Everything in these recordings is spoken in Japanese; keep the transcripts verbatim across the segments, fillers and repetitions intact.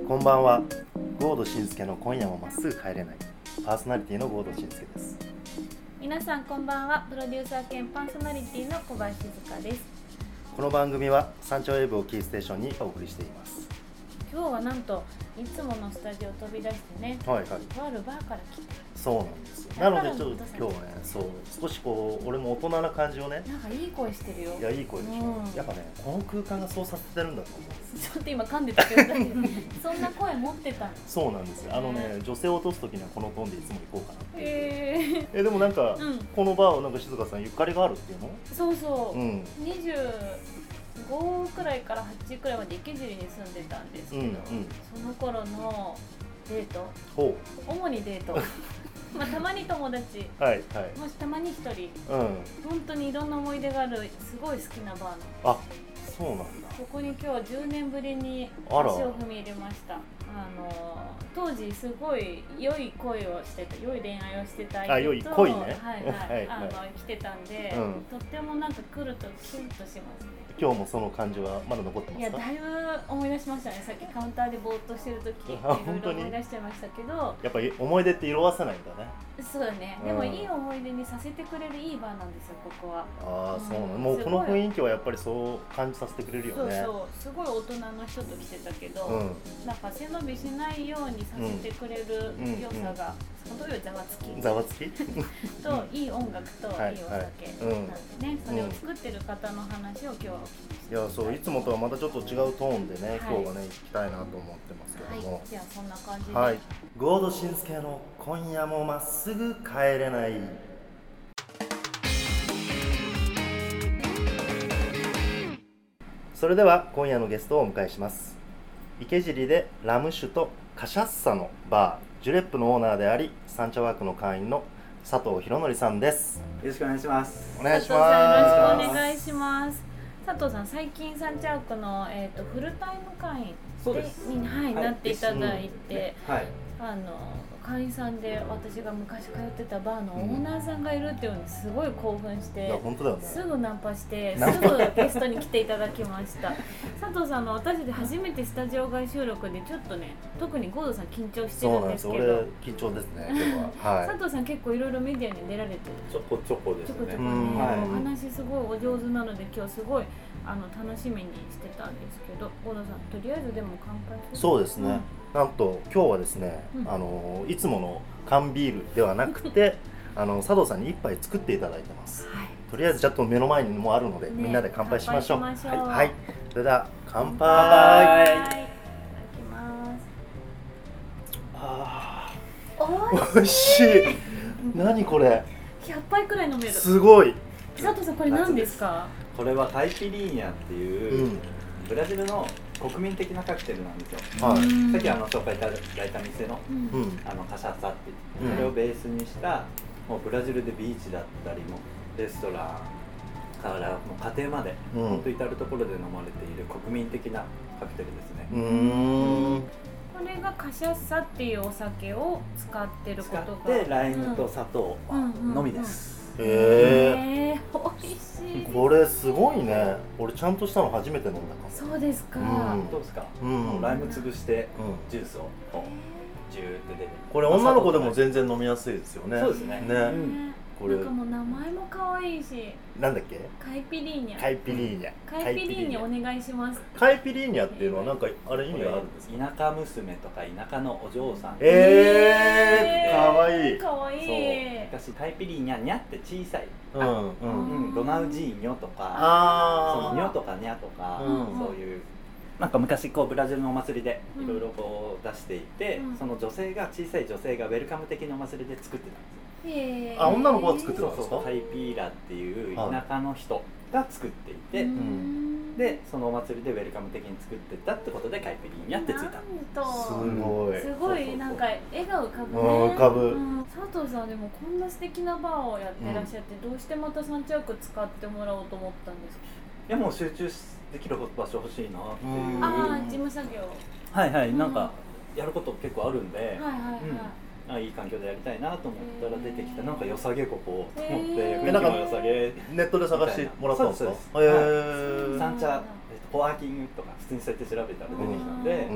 こんばんは。ゴード慎介の今夜もまっすぐ帰れない、パーソナリティのゴード慎介です。 皆さんこんばんは。プロデューサー兼パーソナリティの小林静香です。 この番組は山頂ウェブをキーステーションにお送りしています。 今日はなんといつものスタジオを飛び出してね、 はいはい、 とあるバーから来てる。 そうなんですよ。なのでちょっと今日ね、そう少しこう俺も大人な感じをね、 なんかいい声してるよ。 いやいい声でしょ、うん、やっぱねこの空間がそうさせてるんだと思う。 ちょっと今噛んでたけどそんな声持ってたの。 そうなんですよ。あのね、女性を落とす時にはこのトーンでいつも行こうかなっていう。 えー、 えでもなんか、うん、このバーはなんか静香さんゆかりがあるっていうの？ そうそう、うん、にじゅうごくらいからはちくらいまで池尻に住んでたんですけど、うんうん、その頃のデート、主にデートまあたまに友達、はいはい、もしたまにひとり、うん、本当にいろんな思い出があるすごい好きなバーの。 あ、そうなんだ。 ここに今日はじゅうねんぶりに足を踏み入れました。あの当時すごい良い恋をしてた、良い恋愛をしてた相手と、あ、良い恋ね、はいはい、あの来てたんで、うん、とってもなんか来るとキュンとしますね。今日もその感じはまだ残ってますか？いや、だいぶ思い出しましたね。さっきカウンターでぼーっとしてる時いろいろ思い出しちゃいましたけど、やっぱり思い出って色あせないんだね。そうだね、うん、でもいい思い出にさせてくれるいいバーなんですよ、ここは。ああ、そうなの、うん、もうこの雰囲気はやっぱりそう感じさせてくれるよね。そうそう、すごい大人の人と来てたけど、うん、なんか背伸びしないようにさせてくれる良さが、ほどよいざわつきざわつきといい音楽といいお酒なんでね、はいはい、それを作ってる方の話を今日はお聞きして、いや、そう、いつもとはまたちょっと違うトーンでね、はい、今日はね行きたいなと思ってますけども、はい、じゃあそんな感じで、はい、ゴード慎介の今夜もまっすぐ帰れない。それでは今夜のゲストをお迎えします。池尻でラム酒とカシャッサのバージュレップのオーナーでありサンチャワークの会員の佐藤博則さんです。 よろしくお願いします。 お願いします。よろしくお願いします。佐藤さん、最近サンチャワークの、えー、とフルタイム会員そうです、 に、はいはい、なっていただいて、 はい、 あの会員さんで私が昔通ってたバーのオーナーさんがいるっていうのにすごい興奮して、 うん、だよね、 すぐナンパしてすぐゲストに来ていただきました佐藤さんの私で初めてスタジオ外収録でちょっとね、特にゴードさん緊張してるんですけど。 そうなんです、俺緊張ですね今日は、はい、 佐藤さん結構いろいろメディアに出られてる、 ちょこちょこですね、ちょこちょこね、 はい、お話すごいお上手なので今日すごいあの楽しみにしてたんですけど、ゴードさんとりあえずでも乾杯する。 そうですね、うん、なんと今日はですね、うん、あのいつもの缶ビールではなくてあの佐藤さんに一杯作っていただいてます、はい、とりあえずちょっと目の前にもあるので、ね、みんなで乾杯しましょう。 乾杯しましょう。 はい、はい、それでは乾杯。 乾杯。いただきます。 あー、 おいしい何これ、 ひゃっぱいくらい飲める。 すごい。 佐藤さん、これ何ですか？ これはカイピリーニャっていう、うん、ブラジルの国民的なカクテルなんですよ、はい、さっきあの紹介いただいた店の、うん、あのカシャッサって言って、それをベースにしたもうブラジルでビーチだったりもレストランからもう家庭まで、うん、本当至るところで飲まれている国民的なカクテルですね。うーん、 これがカシャッサっていうお酒を使ってることが、 使ってライムと砂糖のみです、 うんうんうんうん、へえー、美味しい。 これすごいね。俺ちゃんとしたの初めて飲んだかも。 そうですか、 うん、どうですか、うん、ライム潰してジュースをジューって出て、 これ女の子でも全然飲みやすいですよね。 そうですね、 ね、うん、 これなんかもう名前も可愛いし。 なんだっけ？ カイピリーニャ。 カイピリーニャ。 カイピリーニャお願いします。 カイピリーニャっていうのはなんかあれ意味があるんですか？ 田舎娘とか田舎のお嬢さん。 ええー、可愛い。 可愛い。 そう。昔カイピリーニャニャって小さい。 うんうんうん。ドナウジーニョとか、 あそのニョとかニャとか、うん、そういう。なんか昔こうブラジルのお祭りでいろいろこう出していて、うん、その女性が小さい女性がウェルカム的なお祭りで作ってたんですよ。 へー。 あ、女の子が作ってたんですか？ そうそう、カイピーラっていう田舎の人が作っていて、うん、でそのお祭りでウェルカム的に作ってたってことでカイピリーニャってついた。 すごい。 すごいなんか笑顔浮かぶね。 浮かぶ、うん。 佐藤さんでもこんな素敵なバーをやってらっしゃって、うん、どうしてまたサンチャワーク使ってもらおうと思ったんですか？ いやもう集中できる場所欲しいなっていう。 ああ、事務作業。 はいはい、なんかやること結構あるんで、はいはいはい、 うん、あいい環境でやりたいなと思ったら出てきた、なんか良さげここと思って、雰囲気も良さげ。 ネットで探してもらったんですか？ そうです。へえ。サンチャ、えっとコワーキングとか普通にそうやって調べたら出てきたんで、うん、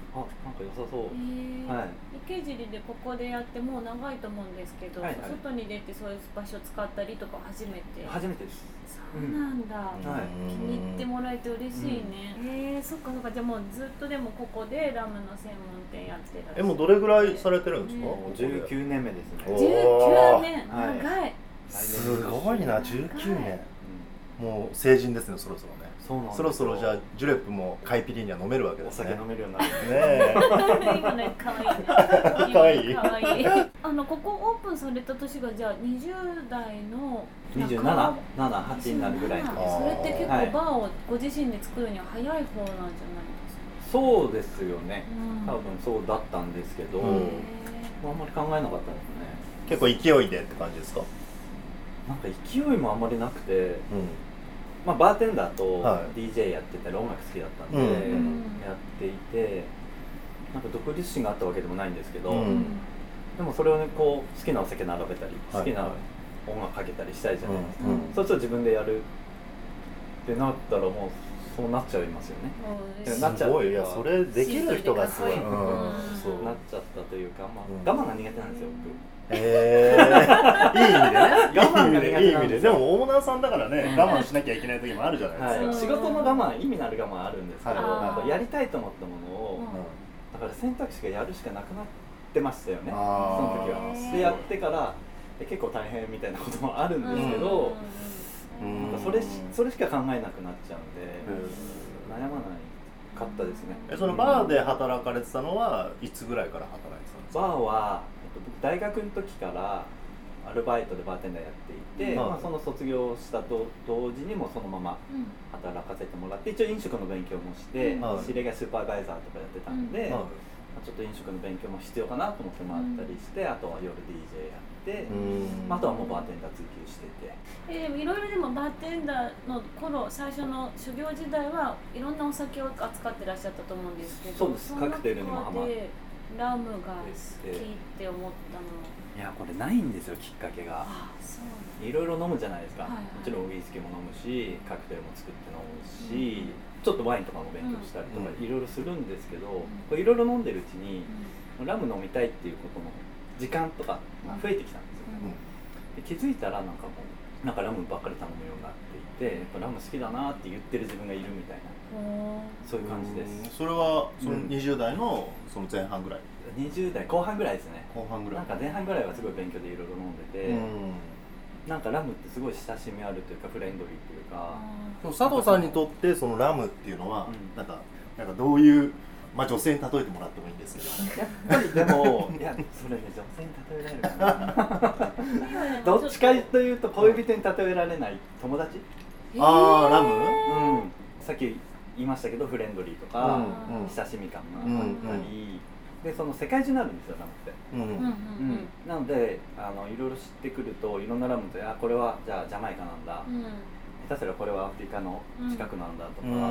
あ、なんか良さそう。 へー、はい、池尻でここでやってもう長いと思うんですけど、はいはい、外に出てそういう場所使ったりとか初めて？ 初めてです。 そうなんだ、うん、はい、気に入ってもらえて嬉しいね、うん、えー、そっかそっか。じゃあもうずっとでもここでラムの専門店やってらっしゃる。 え、もうどれぐらいされてるんですか？ね、 じゅうきゅうねんめですね。 じゅうきゅうねん、長い。 すごいな、じゅうきゅうねん、もう成人ですね、そろそろね。 そうなんですよ。 そろそろじゃあジュレップもカイピリーニャ飲めるわけですね。 お酒飲めるようになるね。 え今ね、かわいい。 かわいい。 かわいい。あのここオープンされた年がじゃあにじゅう代のにじゅうなな、なな、はちになるぐらいの。 それって結構バーをご自身で作るには早い方なんじゃないですか？ そうですよね。多分そうだったんですけど、うん、あんまり考えなかったですね。 結構勢いでって感じですか？ なんか勢いもあんまりなくて、うん、まあバーテンダーと ディージェー やってたり音楽好きだったんで、はい、やっていて、なんか独立心があったわけでもないんですけど、うん、でもそれをねこう好きなお酒並べたり、はい、好きな音楽かけたりしたいじゃないですか。うんうん、そうすると自分でやるってなったらもうそうなっちゃいますよね。 うん、なっちゃう。いや、それできる人がすごい。うん、 そうなっちゃったというか、まあ、我慢が苦手なんですよ、僕。 えー、いい意味でね。 我慢が苦手なんですよ。 いい意味で。でもオーナーさんだからね、我慢しなきゃいけない時もあるじゃないですか。 はい、仕事の我慢、意味のある我慢あるんですけど、なんかやりたいと思ったものを、だから選択肢がやるしかなくなってましたよね、その時は。で、やってから結構大変みたいなこともあるんですけど、なんかそれそれしか考えなくなっちゃうんで、悩まないかったですね。 え、そのバーで働かれてたのはいつぐらいから働いてたんですか？ バーは大学の時からアルバイトでバーテンダーやっていて、うん、まあ、その卒業したと同時にもそのまま働かせてもらって、一応飲食の勉強もして、うん、知り合いがスーパーバイザーとかやってたんで、うん、まあ、ちょっと飲食の勉強も必要かなと思ってもらったりして、うん、あとは夜 ディージェー やって、うん、まあ、あとはもうバーテンダー追求してて、 えー、いろいろでもバーテンダーの頃最初の修行時代はいろんなお酒を扱ってらっしゃったと思うんですけど、 そうです、カクテルにもハマってラムが好きって思ったの？ いや、これないんですよ、きっかけが。 ああ、そう。 いろいろ飲むじゃないですか、はいはい、もちろんウイスキーも飲むし、カクテルも作って飲むし、うん、ちょっとワインとかも勉強したりとかいろいろするんですけど、いろいろ飲んでるうちに、うん、ラム飲みたいっていうことの時間とか増えてきたんですよ、うん、で気づいたらなんかもうなんかラムばっかり頼むようになっていて、やっぱラム好きだなって言ってる自分がいるみたいな、そういう感じです。 それはそのにじゅう代のその前半ぐらい？ にじゅう代後半ぐらいですね。 後半ぐらい。 なんか前半ぐらいはすごい勉強でいろいろ飲んでて、うん、なんかラムってすごい親しみあるというかフレンドリーというか。 佐藤さんにとってそのラムっていうのは、うん、なんかなんかどういう、まあ女性に例えてもらってもいいんですけど。 やっぱりでもいやそれね、女性に例えられるかな。どっちかというと恋人に例えられない友達。 ああ、ラム？ うん。さっき言いましたけどフレンドリーとか、うんうん、親しみ感があったり。うんうん、でその世界中になるんですよ、ラムって、うんうんうん、なのであのいろいろ知ってくるといろんなラムって、あ、これはじゃあジャマイカなんだ、うん、下手すらこれはアフリカの近くなんだとか、うん、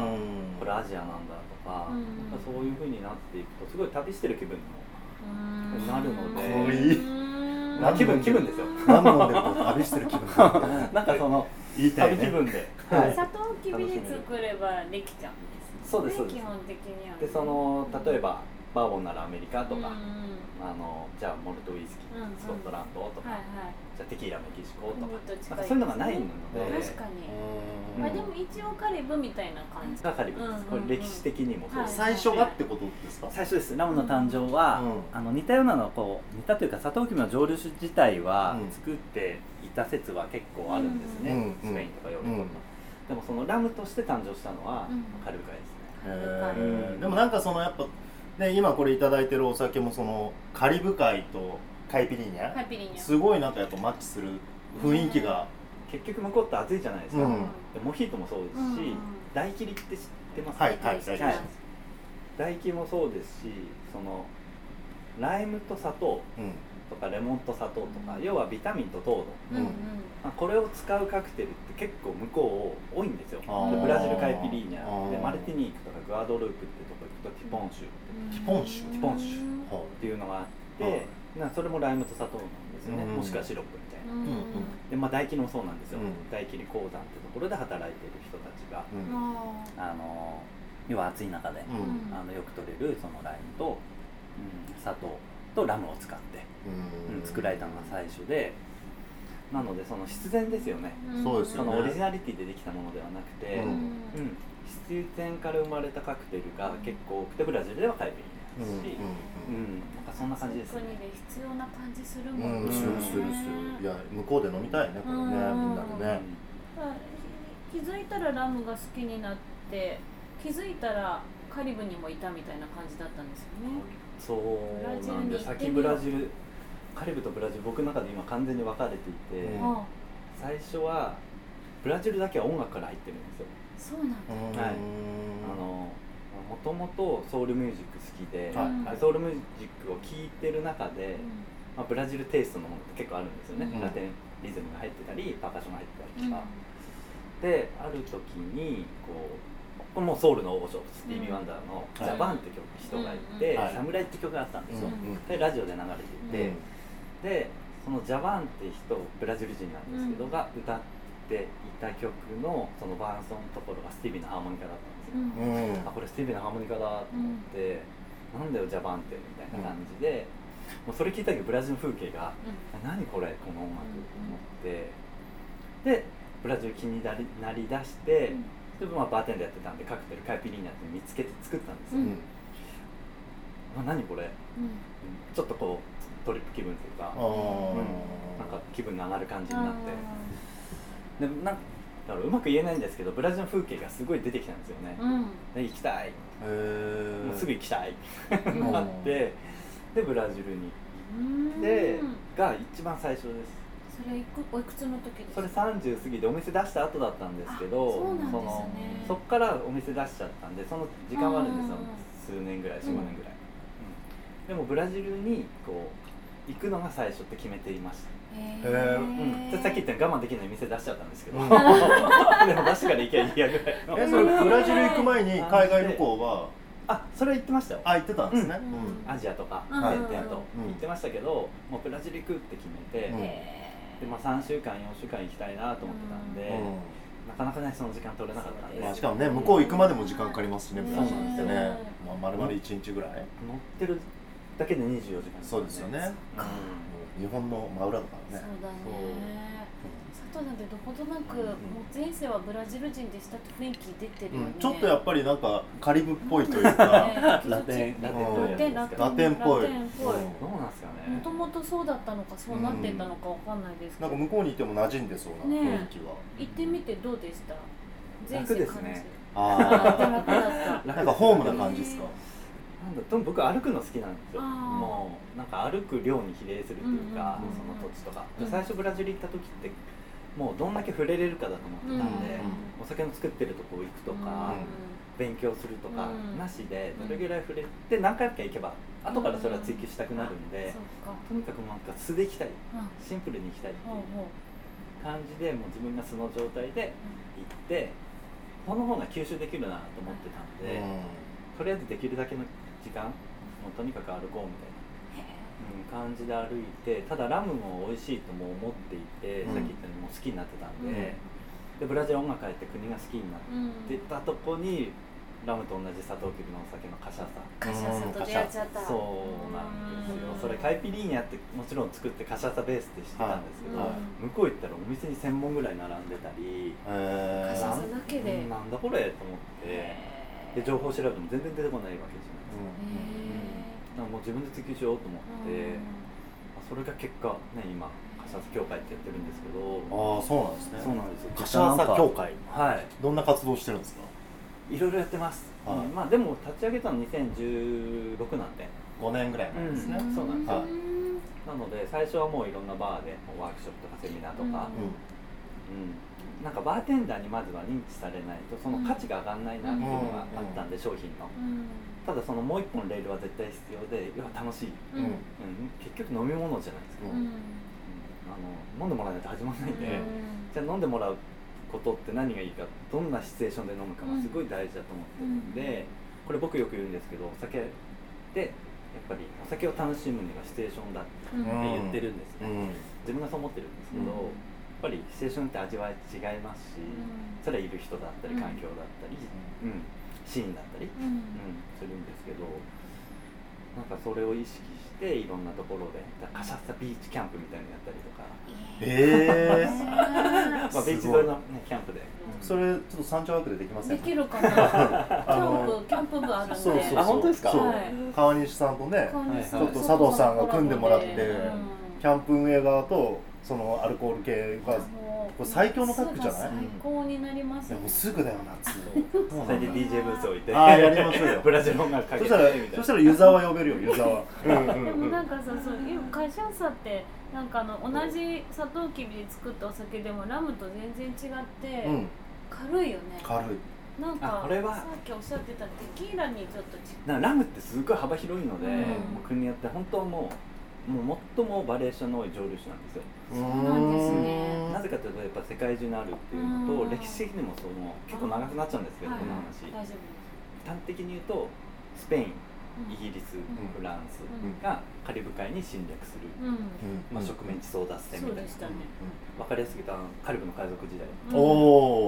これアジアなんだとか、うん、そういう風になっていくとすごい旅してる気分にもなるので、 かわいい、 まあ、気分気分ですよ。 ラム飲んでると旅してる気分なんかその言いたい、ね、 旅気分で、 はい、サトウキビで作ればできちゃうんですね。 そうです、そうです。 基本的には、ね、 でその例えばバーボンならアメリカとか、うん、あのじゃあモルトウイスキー、うんうん、スコットランドとか、はいはい、じゃあテキーラメキシコとか、うん、なんかそういうのがないので、 確かに、まあ、でも一応カリブみたいな感じがカリブです、うんうんうん、これ歴史的にもそうです、 最初がってことですか？ 最初です。ラムの誕生は、うん、あの似たようなのこう似たというかサトウキビの蒸留酒自体は作っていた説は結構あるんですね、うんうん、スペインとかヨーロッパとか、うん、でもそのラムとして誕生したのは、うん、カリブ海ですね。 へー、でもなんかそのやっぱね、今これいただいてるお酒もそのカリブ海とカイピリーニャ、 カイピリーニャすごいなんかやっぱマッチする雰囲気が、 結局向こうって暑いじゃないですか、うん、でモヒートもそうですし、うん、大切りって知ってますか？ はいはい、大はい、大切りもそうですし、そのライムと砂糖とかレモンと砂糖とか、うん、要はビタミンと糖度、うんうん、まあ、これを使うカクテルって結構向こう多いんですよ。ブラジルカイピリーニャでマルティニークとかグアドループってとこ行くとティポン酒、 ティポン酒ティポン酒っていうのがあって、なそれもライムと砂糖なんですよね、もしくはシロップみたいな、うんうん、でまあ大輝もそうなんですよ、うん、大輝鉱山ってところで働いている人たちが、うん、あの要は暑い中で、うん、あのよく取れるそのライムと、うん、砂糖とラムを使って、うん、作られたのが最初で、なのでその必然ですよね、 うん、そうですよね。 そのオリジナリティでできたものではなくて、うんうん、必然から生まれたカクテルが結構多くて、ブラジルではカイピリーニャですし、うんうんうん、なんかそんな感じですね。 国で必要な感じするもんね、 うん、するするする。いや向こうで飲みたいねこれね、みんなでね。 気づいたらラムが好きになって、気づいたらカリブにもいたみたいな感じだったんですよね。 そうなんで、先ブラジル、カリブとブラジル、僕の中で今完全に分かれていて、うん、最初はブラジルだけは音楽から入ってるんですよ。 そうなんだ。 はい。あのもともとソウルミュージック好きで、はい、ソウルミュージックを聴いてる中で、うんまあ、ブラジルテイストのものって結構あるんですよね、うん、ラテンリズムが入ってたりパーカッションが入ってたりとか、うん、である時にこうもうソウルの王将スティービー・ワンダーの「ジャバン」って曲人がいて「サムライ」って曲があったんですよ、うん、でラジオで流れていて、うん、でそのジャバンって人ブラジル人なんですけど、うん、が歌っていた曲のその伴奏のところがスティービーのハーモニカだったんですよ、うん、あこれスティービーのハーモニカだと思って、うん、なんだよジャバンってみたいな感じで、もうそれ聞いたけどブラジルの風景が、うん、何これこの音楽と思って、でブラジル気になり、なりだして、うん、でまあバーテンダーやってたんでカクテルカイピリーニャって見つけて作ったんですよ、うんまあ、何これ、うん、ちょっとこうトリップ気分というか、うん、なんか気分の上がる感じになって、でなんかだからうまく言えないんですけどブラジルの風景がすごい出てきたんですよね、うん、で行きたい、もうすぐ行きたいってなってでブラジルに行ってが一番最初です。 それいくおいくつの時ですか？ それさんじゅう過ぎでお店出した後だったんですけど、 そうなんですね、 そのそっからお店出しちゃったんでその時間はあるんですよ、数年ぐらい よん,ご 年ぐらい、うん、でもブラジルにこう行くのが最初って決めていました。へー、うん、さっき言ったように我慢できない店出しちゃったんですけど、うん、でも出してから行きゃいいやぐらいの。 えそれブラジル行く前に海外旅行はあ、それは言ってましたよ。 あ、行ってたんですね、 うん、アジアとか全然と行ってましたけど、もうブラジル行くって決めて、うん、でまあ、さんしゅうかんよんしゅうかん行きたいなと思ってたんで、うん、なかなかねその時間取れなかったんで、 まあ、しかもね向こう行くまでも時間かかりますしね、ブラジルってね、まあ、丸々いちにちぐらい乗ってるだけでにじゅうよじかん、ね、 そうですよね、うん、日本の真裏だからね。 そうだね。佐藤なんてどことなく、うん、もう前世はブラジル人でしたって雰囲気出てるよね、 うん、ちょっとやっぱりなんかカリブっぽいというか、 うん、ラテンラテンラテンっぽい。どうなんですかね。 もともとそうだったのかそうなってたのかわかんないですけど、 なんか向こうにいても馴染んでそうな雰囲気は、ね、 行ってみてどうでした？ 楽ですね。 ああ、楽だった。なんかホームな感じですか？ なんだ、僕歩くの好きなんですよ。もうなんか歩く量に比例するというか、うんうん、その土地とか、うん、最初ブラジル行った時ってもうどんだけ触れれるかだと思ってたんで、うん、お酒の作ってるとこ行くとか、うん、勉強するとか、うん、なしでどれぐらい触れて何回か行けば後からそれは追求したくなるんで、うん、とにかくなんか素で行きたい、シンプルに行きたいっていう感じでもう自分が素の状態で行ってその方が吸収できるなと思ってたんで、とりあえずできるだけの時間もうとにかく歩こうみたいな、うん、感じで歩いて、ただラムも美味しいとも思っていて、うん、さっき言ったようにもう好きになってたんで、うん、でブラジル音楽入って国が好きになってたとこに、うん、ラムと同じサトウキビのお酒のカシャサカシャサと出会っちゃった。 そうなんですよ。それカイピリーニャってもちろん作ってカシャサベースでしてたんですけど、はい、向こう行ったらお店にせんぼんぐらい並んでたり、 カシャサだけでなんだこれと思ってで情報調べても全然出てこないわけじゃないですか、うん、だからもう自分で追求しようと思って、それが結果ね今カシャサ協会ってやってるんですけど。 ああそうなんですね。 そうなんですよ。 カシャサ協会、 はい、 どんな活動してるんですか？ いろいろやってます、はい、うん、まあでも立ち上げたのにせんじゅうろくなんでごねんぐらい前ですね、 うん、そうなんですよ、はい、なので最初はもういろんなバーでワークショップとかセミナーとか、うんうん、なんかバーテンダーにまずは認知されないとその価値が上がらないなっていうのがあったんで、商品の、うん、ただそのもう一本レールは絶対必要で、要は楽しい、うんうん、結局飲み物じゃないですか、うんうん、あの飲んでもらわないと始まらないんで、じゃあ飲んでもらうことって何がいいか、どんなシチュエーションで飲むかがすごい大事だと思ってるんで、これ僕よく言うんですけど、お酒でやっぱりお酒を楽しむにはシチュエーションだって言ってるんですね、うん、自分がそう思ってるんですけど、うん、やっぱりシチュエーションって味わい違いますし、それはいる人だったり環境だったり、うん、シシーンだったり、うんうん、するんですけど、なんかそれを意識していろんなところでカシャッサビーチキャンプみたいなのやったりとか、 えー、 まあビーチ沿いの、ね、キャンプで、 うん、それちょっと山頂ワークでできませんか？ できるかな。キャンプキャンプ部あるんで。 そうそうそう、 あ、本当ですか？ はい、川西さんとね、ちょっと佐藤さんが組んでもらって、うん、キャンプ運営側とそのアルコール系がこれ最強のタッグじゃない？ 最高になります、ね。 いやもうすぐだよ夏。 それで ディージェー ブース置いて、 ああやりましょうよ。 ブラジル音楽かけてみたいな。そしたら湯沢呼べるよ湯沢。 でもなんかさ、そう今カシャッサってなんかあの同じサトウキビで作ったお酒でもラムと全然違って、うん、軽いよね。 軽い。 なんかこれはさっきおっしゃってたテキーラにちょっと近い。ラムってすごい幅広いので、うん、もう国によって本当もう。もう最もバリエーションの多い蒸留酒なんですよ。 そうなんですね。 なぜかというとやっぱ世界中にあるっていうのと歴史的にもその結構長くなっちゃうんですけど、この話。端的に言うとスペイン、イギリス、うん、フランスがカリブ海に侵略する、うんまあ、植民地争奪戦みたいな、ねうん、分かりやすく言うとカリブの海賊時代、うん、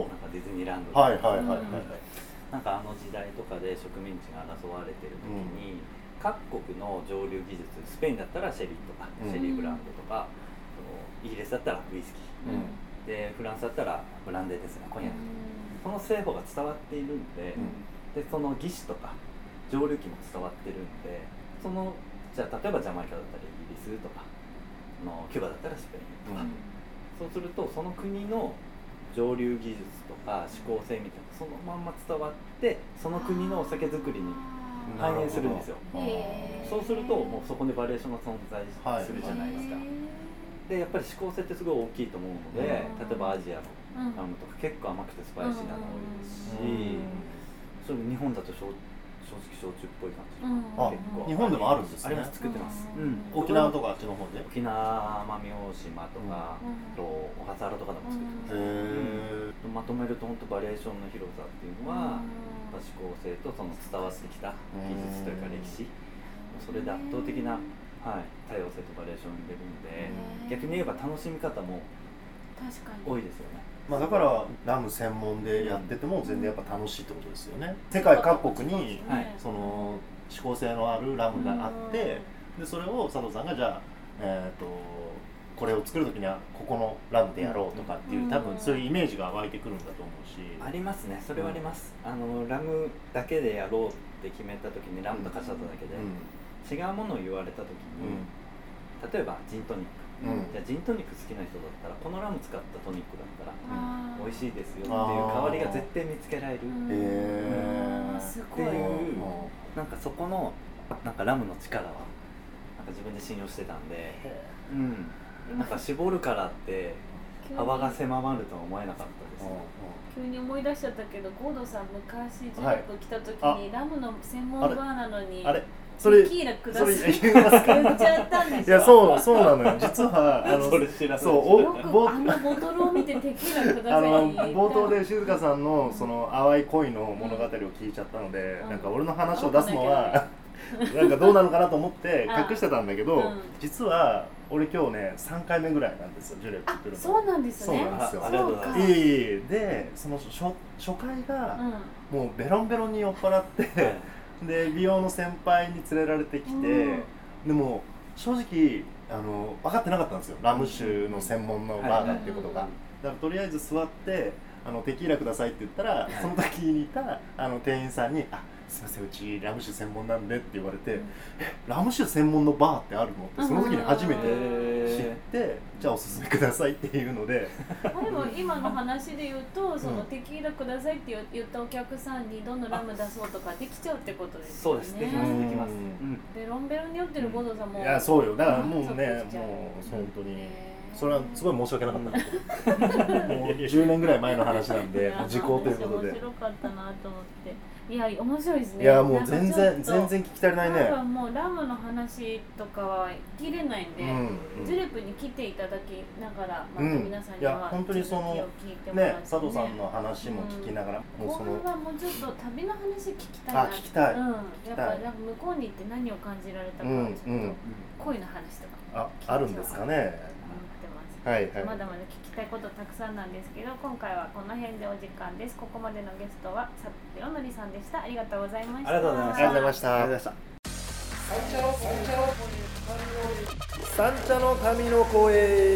なんかディズニーランドとか、はいはいはいはい、なんかあの時代とかで植民地が争われてる時に、うん各国の蒸留技術、スペインだったらシェリーとか、うん、シェリーブランドとか、イギリスだったらウイスキー、うん、でフランスだったらブランデーですね、コニャク、その製法が伝わっているんで、うん、でその技師とか蒸留機も伝わってるんで、そのじゃあ例えばジャマイカだったらイギリスとかのキューバだったらスペインとか、うん、そうするとその国の蒸留技術とか指向性みたいなそのまんま伝わってその国のお酒作りに反映するんですよ。そうするともうそこにバリエーションが存在するじゃないですか。でやっぱり指向性ってすごい大きいと思うので、例えばアジアのラムとか結構甘くてスパイシーなの多いですし、それ日本だと正直焼酎っぽい感じ、うん、 あ結構日本でもあるんですね。 あります、作ってます、 うん、沖縄とかあっちの方で沖縄奄美大島とか、うん、と小笠原とかでも作ってます、うん、まとめると本当バリエーションの広さっていうのは、うん、指向性とその伝わってきた技術というか歴史、それで圧倒的な、はい、多様性とバリエーションを生んでるんで、逆に言えば楽しみ方も多いですよね。 まあ、だからラム専門でやってても全然やっぱ楽しいってことですよね。世界各国にその指向性のあるラムがあって、でそれを佐藤さんがじゃあ、えー、とこれを作る時にはここのラムでやろうとかっていう多分そういうイメージが湧いてくるんだと思うし。 ありますね、それはあります、うん、あのラムだけでやろうって決めた時にラムとカシャッサだけで、うん、違うものを言われた時に、うん、例えばジントニック、うん、じゃあジントニック好きな人だったらこのラム使ったトニックだったら、うん、美味しいですよっていう代わりが絶対見つけられる、 へー、すごい、 っていうなんかそこのなんかラムの力はなんか自分で信用してたんで、うん、なんか絞るからって幅が狭まるとは思えなかったです、ね、 急に思い出しちゃったけど、ゴードさん昔ジュレップ来た時に、はい、ラムの専門バーなのにあれそれテキーラくださいって言っちゃったんでしょ。 いやそうそうなのよ。実はあのそれ知らない。 そうよくあのボトルを見てテキーラくださいって言った。 冒頭で静香さんのその淡い恋の物語を聞いちゃったので、うん、なんか俺の話を出すのは、うん、なんかどうなのかなと思って隠してたんだけど、うん、実は俺今日ねさんかいめぐらいなんですよ、ジュレップ来るの。 そうなんですね。 そうなんですよ。 ありがとうございます。 いいでその 初, 初回がもうベロンベロンに酔っ払って。で美容の先輩に連れられてきて、うん、でも正直あの分かってなかったんですよ、ラム酒の専門のバーだっていうことが。だからとりあえず座ってあのテキーラくださいって言ったら、その時にいたあの店員さんに「あすいませんうちラム酒専門なんで」って言われて「うん、えラム酒専門のバーってあるの?」ってその時に初めて知って、じゃあおすすめくださいっていうので。 でも今の話で言うと、そのテキーラくださいって言ったお客さんにどのラム出そうとかできちゃうってことですよね。 そうです、できますできます。 ベロンベロンに酔ってるゴドさんも、 いやそうよ、だからもうね、もう本当にそれはすごい申し訳なかったもうじゅうねんぐらい前の話なんで時効ということで。 面白かったなと思って。いや面白いですね。 いやもう全然全然聞き足りないね。 多分もうラムの話とかは聞れないんで、うんうん、ジュレップに来ていただきながら、また皆さんには本当にそのね佐藤さんの話も聞きながら、 うん、もうその後半はもうちょっと旅の話聞きたいな。 あ聞きたい。うん、やっぱなんか向こうに行って何を感じられたか、うん、ちょっと恋の話とかああるんですかね。 思ってます。 はいはい、 まだまだ聞きたいことたくさんなんですけど、今回はこの辺でお時間です。ここまでのゲストは佐藤よのりさんでした。ありがとうございました。 ありがとうございました。 ありがとうございました。ありがとうございました。三茶の民の声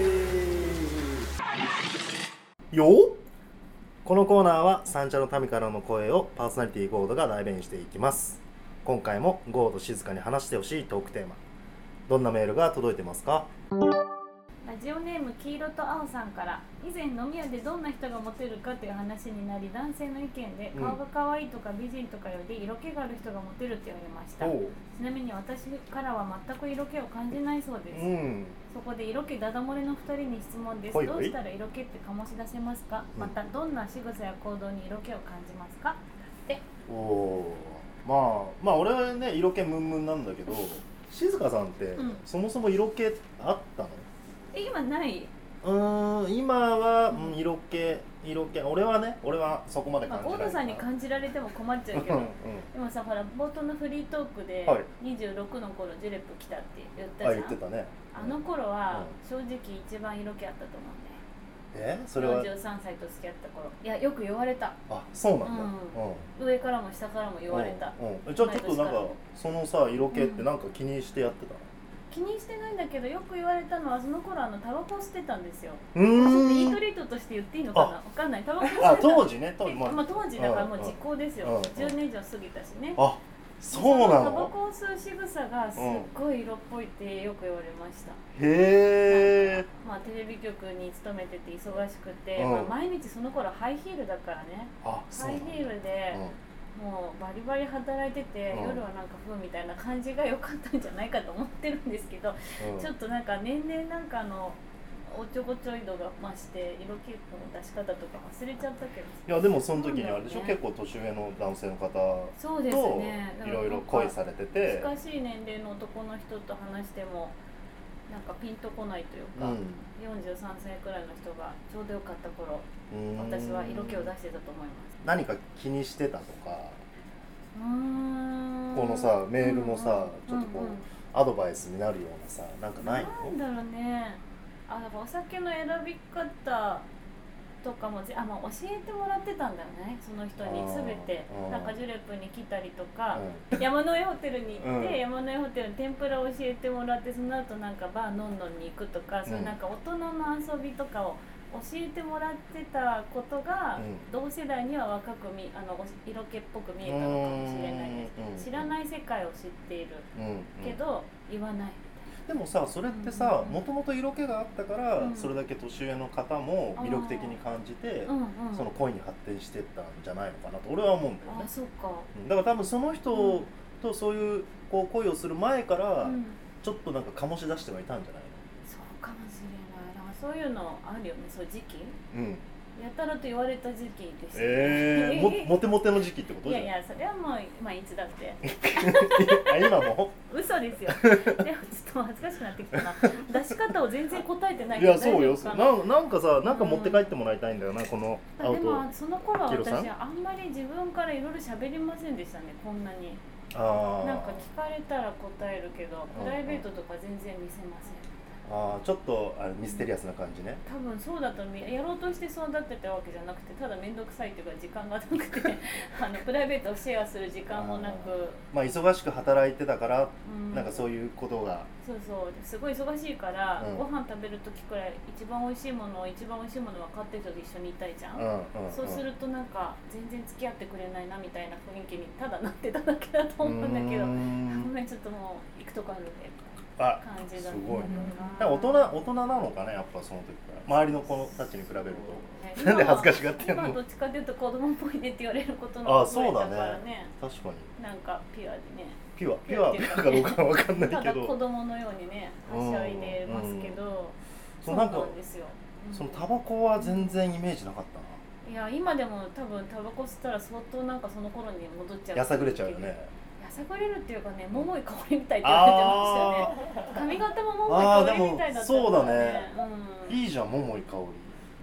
よ。このコーナーは三茶の民からの声をパーソナリティゴードが代弁していきます。今回もゴード静かに話してほしいトークテーマ、どんなメールが届いてますか？ ラジオネーム黄色と青さんから、以前飲み屋でどんな人がモテるかという話になり、男性の意見で顔が可愛いとか美人とかより色気がある人がモテるって言われました。ちなみに私からは全く色気を感じないそうです、うん、そこで色気ダダ漏れのふたりに質問です。ほいほい、どうしたら色気って醸し出せますか？うん、またどんな仕草や行動に色気を感じますか？っておまあまあ俺はね色気ムンムンなんだけど静香さんって、うん、そもそも色気あったの？ え今ない？ うーん今は、うん、色気色気俺はね俺はそこまで感じない。 まあ、大野さんに感じられても困っちゃうけど、うん、今さほら冒頭のフリートークで、はい、にじゅうろくの頃ジュレップ来たって言ったじゃん。あ言ってたね。 あの頃は、うん、正直一番色気あったと思うんで。 えそれはよんじゅうさんさいと付き合った頃。いやよく言われた。 あそうなんだ、 うん、上からも下からも言われた、 うんうん、じゃあちょっとなんかそのさ色気ってなんか気にしてやってたの？ 気にしてないんだけどよく言われたのはその頃あのタバコ吸ってたんですよ。うーんイートリートとして言っていいのかなわかんない。タバコ吸ってた。あ当時ね当時、まあまあ、当時だからもう時効ですよ。じゅうねん以上過ぎたしね。 あそうなの？ タバコを吸う仕草がすっごい色っぽいってよく言われました。 へえ。 まあテレビ局に勤めてて忙しくて、うんまあ、毎日その頃ハイヒールだからね。あハイヒールで、うんもうバリバリ働いてて、うん、夜はなんかふうみたいな感じが良かったんじゃないかと思ってるんですけど、うん、ちょっとなんか年々なんかあのおちょこちょい度が増して色気の出し方とか忘れちゃったけど、 いやでもその時にあれでしょ、ね、結構年上の男性の方といろいろ恋されてて、 近しい年齢の男の人と話してもなんかピンとこないというか、うん、よんじゅうさんさいくらいの人がちょうどよかった頃、私は色気を出してたと思います。 何か気にしてたとか、うーんこのさメールのさ、うんうん、ちょっとこう、うんうん、アドバイスになるようなさなんかないの？ なんだろうね。あだからお酒の選び方とかもあ、まあ、教えてもらってたんだよねその人に全て。なんかジュレップに来たりとか、うん、山の上ホテルに行って、うん、山の上ホテルに天ぷらを教えてもらって、その後なんかバーノンノンに行くとか、うん、そういうなんか大人の遊びとかを教えてもらってたことが、うん、同世代には若くみあの色気っぽく見えたのかもしれないです。知らない世界を知っている、うん、けど言わない。 でもさそれってさもともと色気があったから、うん、それだけ年上の方も魅力的に感じて、うんうん、その恋に発展してったんじゃないのかなと俺は思うんだよね。 あそうか、 うん、だから多分その人とそういうこう恋をする前から、うん、ちょっとなんか醸し出してはいたんじゃないの？ そうかもしれない。だからそういうのあるよね、そういう時期、うんやたらと言われた時期ですよね。 えー、もモテモテの時期ってことじゃん。いやいやそれはもう、まあ、いつだって今も嘘ですよ。でもちょっと恥ずかしくなってきたな。出し方を全然答えてないけど。 いやそうよな。なんかさなんか持って帰ってもらいたいんだよな、うん、このアウト。 でもその頃は私はあんまり自分からいろいろ喋りませんでしたね。こんなにあなんか聞かれたら答えるけどプライベートとか全然見せません。 あちょっとあミステリアスな感じね、 うん、多分そうだとやろうとしてそうだってたわけじゃなくてただ面倒くさいというか時間がなくてあのプライベートをシェアする時間もなくまあ忙しく働いてたから、うん、なんかそういうことがそうそうすごい忙しいから、うん、ご飯食べる時くらい一番美味しいものを一番美味しいもの分かってる人と一緒にいたいじゃん、うんうんうん、そうするとなんか全然付き合ってくれないなみたいな雰囲気にただなってただけだと思うんだけどごめんちょっともう行くとこあるんであ感じだすごいね。大人大人なのかねやっぱその時から周りの子たちに比べると、ね、なんで恥ずかしがってんの？ 今どっちかというと子供っぽいねって言われることの方が多いだからね。 確かになんかピュアでねピュアピュアピュアかどうかは分かんないけどただ子供のようにねはしゃいでますけど、うんうん、そうなんですよ。 そのタバコは全然イメージなかったな。いや今でも多分タバコ吸ったら相当なんかその頃に戻っちゃう。 やさぐれちゃうよね。 やさぐれるっていうかね、桃井かおりみたいって言われてましたよね。髪型も桃井かおりみたいだったんですよね。 そうだね、うん、いいじゃん桃井かおり。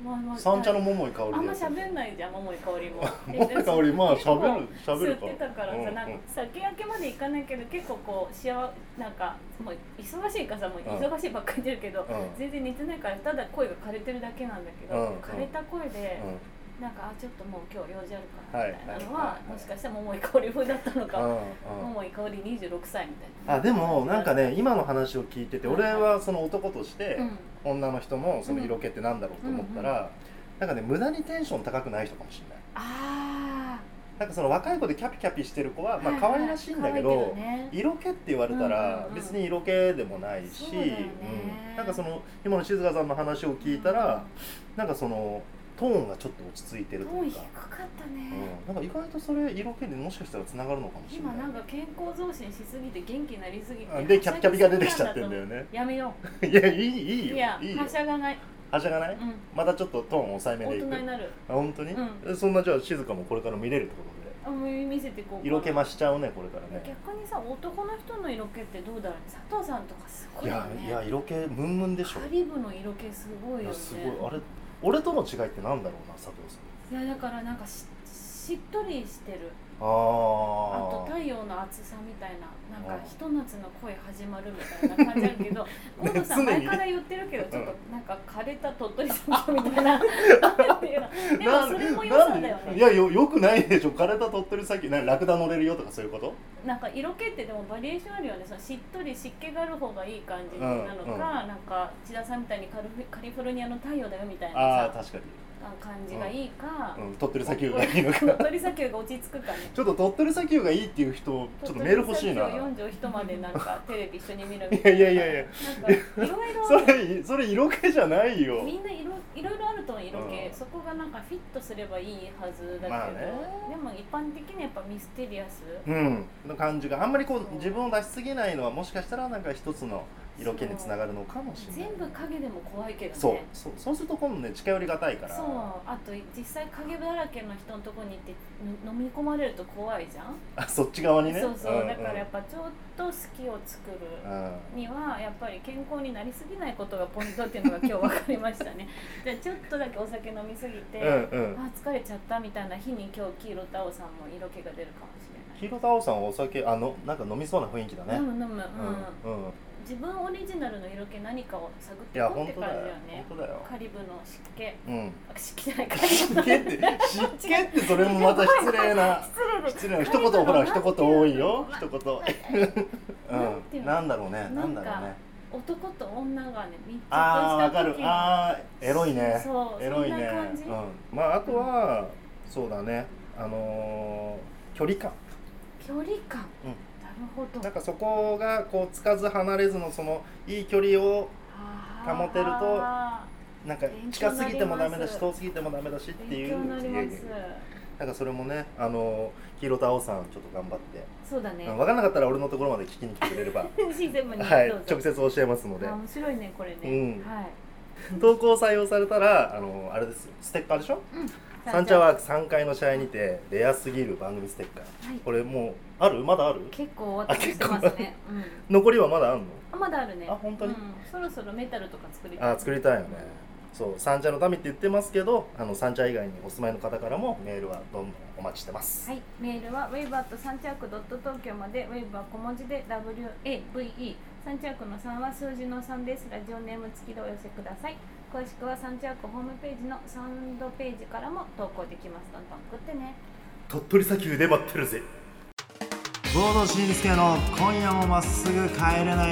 まあまあ、 三茶の桃井かおりあんま喋んないじゃん、桃井かおりも桃井かおりまあ喋る喋るか吸ってたからさ、うんうん、なんか酒焼けまでいかないけど結構こう幸なんかもう忙しいからさ、もう忙しいばっかり言ってるけど、うん、全然似てないからただ声が枯れてるだけなんだけど、うんうん、枯れた声で、うん、なんかあちょっともう今日用事あるからみたいなのは、はいはいはい、もしかしたら桃井かおり風だったのか、うんうん、桃井かおりにじゅうろくさいみたいな。 あでもなんかね今の話を聞いてて、俺はその男として、うん、女の人のその色気ってなんだろうと思ったら、うんうんうん、なんかね無駄にテンション高くない人かもしれない。 あなんかその若い子でキャピキャピしてる子はまあ可愛らしいんだけど、はいはいね、色気って言われたら別に色気でもないし、うんうんうん、なんかその今の静香さんの話を聞いたら、うん、なんかそのトーンがちょっと落ち着いてるというか、 トーン低かったね、 うん、なんか意外とそれ色気でもしかしたらつながるのかもしれない。 今なんか健康増進しすぎて元気になりすぎてでキャピキャピが出てきちゃってるんだよね。 やめよういやいいいいよ、 いやいいよ、 はしゃがないはしゃがない、うん、またちょっとトーン抑えめでいく。 大人になる。 あ本当に、うん、そんなじゃあ静香もこれから見れるってことで。 あもう見せてこう色気増しちゃうねこれからね。 逆にさ男の人の色気ってどうだろうね。佐藤さんとかすごいよね。 いやいや色気ムンムンでしょ。 カリブの色気すごいよね。 すごい。あれ俺との違いってなんだろうな佐藤さん。いやだからなんか し, しっとりしてる。 ああと太陽の厚さみたいな、なんかひと夏の恋始まるみたいな感じあるけどゴードさん前から言ってるけどちょっとなんか枯れた鳥取砂丘みたいなっていうのでもそれも良さだよね。 いや よ, よくないでしょ。枯れた鳥取砂丘なラクダ乗れるよとかそういうこと。 なんか色気ってでもバリエーションあるよね。そのしっとり湿気がある方がいい感じなのか、うんうん、なんか千田さんみたいにカリカリフォルニアの太陽だよみたいなさあ確かに感じがいいか、 うんうん、鳥取砂丘がいいのか鳥取砂丘が落ち着くかね。 ちょっと鳥取砂丘がいいっていう人ちょっとメール欲しいな。 よんじょう一までなんかテレビ一緒に見るみたいな。 いやいやいやなんかいろいろそれそれ色気じゃないよ。 みんないろいろいろあると色気、うん、そこがなんかフィットすればいいはずだけど、まあね、でも一般的にやっぱミステリアス、 うん、の感じがあんまりこう自分を出しすぎないのはもしかしたらなんか一つの色気につながるのかもしれない。 全部影でも怖いけどね。 そうそう、そうすると今度ね近寄りがたいから。 そうあと実際影だらけの人のところに行って飲み込まれると怖いじゃん。 あそっち側にね。 そうそう、うんうん、だからやっぱちょっと好きを作るにはやっぱり健康になりすぎないことがポイントっていうのが今日分かりましたね。じゃあちょっとだけお酒飲みすぎて、うんうん、あ疲れちゃったみたいな日に今日黄色タオさんも色気が出るかもしれない。 黄色タオさんはお酒あのなんか飲みそうな雰囲気だね。 飲む飲む、うんうんうん、自分オリジナルの色気何かを探っていこうって感じだよね。 本当だよ。 カリブの湿気、 うん、 湿気じゃないか。 湿気って湿気ってそれもまた失礼な失礼な一言ほら一言多いよ一言。うん、なんだろうねなんだろうね。 男と女がね密着した時あーわかるあーエロいね。 そうエロいね。 そんな感じ。 うん、まああとはそうだねあのー、距離感。 距離感。うん。なるほど。 なんかそこがこうつかず離れずのそのいい距離を保てるとなんか近すぎてもダメだし遠すぎてもダメだしっていう。 勉強になります。 なんかそれもねあの黄色と青さんちょっと頑張って。 そうだね。 分かんなかったら俺のところまで聞きに来てくれればシーゼブにはい直接教えますので。 面白いねこれね。 うん、 はい。 投稿採用されたらあのあれですよステッカーでしょ。うん。サンチャワークさんかいの試合にてレアすぎる番組ステッカー、はい、これもうあるまだある結構終わってしてますね、 うん、残りはまだあるのあまだあるねあ本当に、うん、 そろそろメタルとか作りたいあ作りたいよね、うん、そうサンチャの民って言ってますけどあのサンチャ以外にお住まいの方からもメールはどんどんお待ちしてますはいメールは ウェイブ アット サンチャーク ドット 東京まで ウェイブ は小文字で ダブリュー エー ブイ イー サンチャークのさんは数字のさんですラジオネーム付きでお寄せください詳しくはサンチャークホームページのサウンドページからも投稿できます。どんどん送ってね。 鳥取砂丘で待ってるぜ。合同慎介の今夜もまっすぐ帰れない。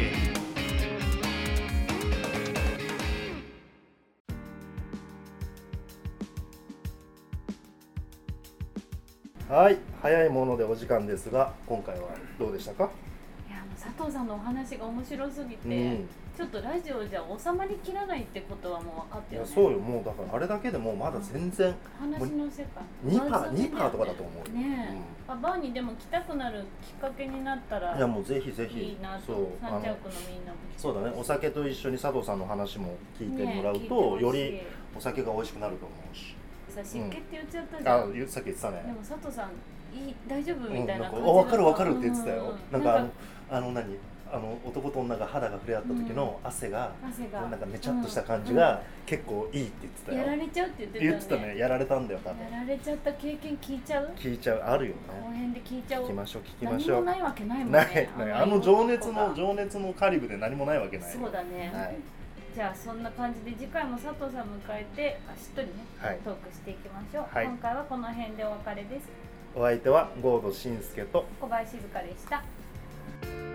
はい、早いものでお時間ですが、今回はどうでしたか？ いや、もう佐藤さんのお話が面白すぎて、うん、ちょっとラジオじゃ収まりきらないってことはもう分かってる、ね、 いやそうよ、もうだからあれだけでもうまだ全然、 うん、話の世界にパーセント、にパーセント とかだと思うねえ、うん、バーにでも来たくなるきっかけになったらいやもうぜひぜひいいなと。そうサンチャークのみんなもそうだね、お酒と一緒に佐藤さんの話も聞いてもらうと、ね、よりお酒が美味しくなると思うしさ、湿気って言っちゃったじゃん、 うん、あ、さっき言ってたね。 でも佐藤さんいい大丈夫みたいな感じ、 うん、なんか分かる分かるって言ってたよ、うん、なんかあの、あの何あの男と女が肌が触れ合った時の汗が、うん、汗がなんかねちゃっとした感じが結構いいって言ってたよ。 やられちゃうって言ってたよね。 言ってたね。やられたんだよ多分。 やられちゃった経験聞いちゃう？ 聞いちゃう。あるよね。 後編で聞いちゃう。 聞きましょう聞きましょう。 何もないわけないもんね。 ないない。あの情熱の情熱のカリブで何もないわけない。 そうだね。はい。じゃあそんな感じで次回も佐藤さん迎えてしっとりね、はい、トークしていきましょう、はい、今回はこの辺でお別れです。 お相手は郷土真介と小林静香でした。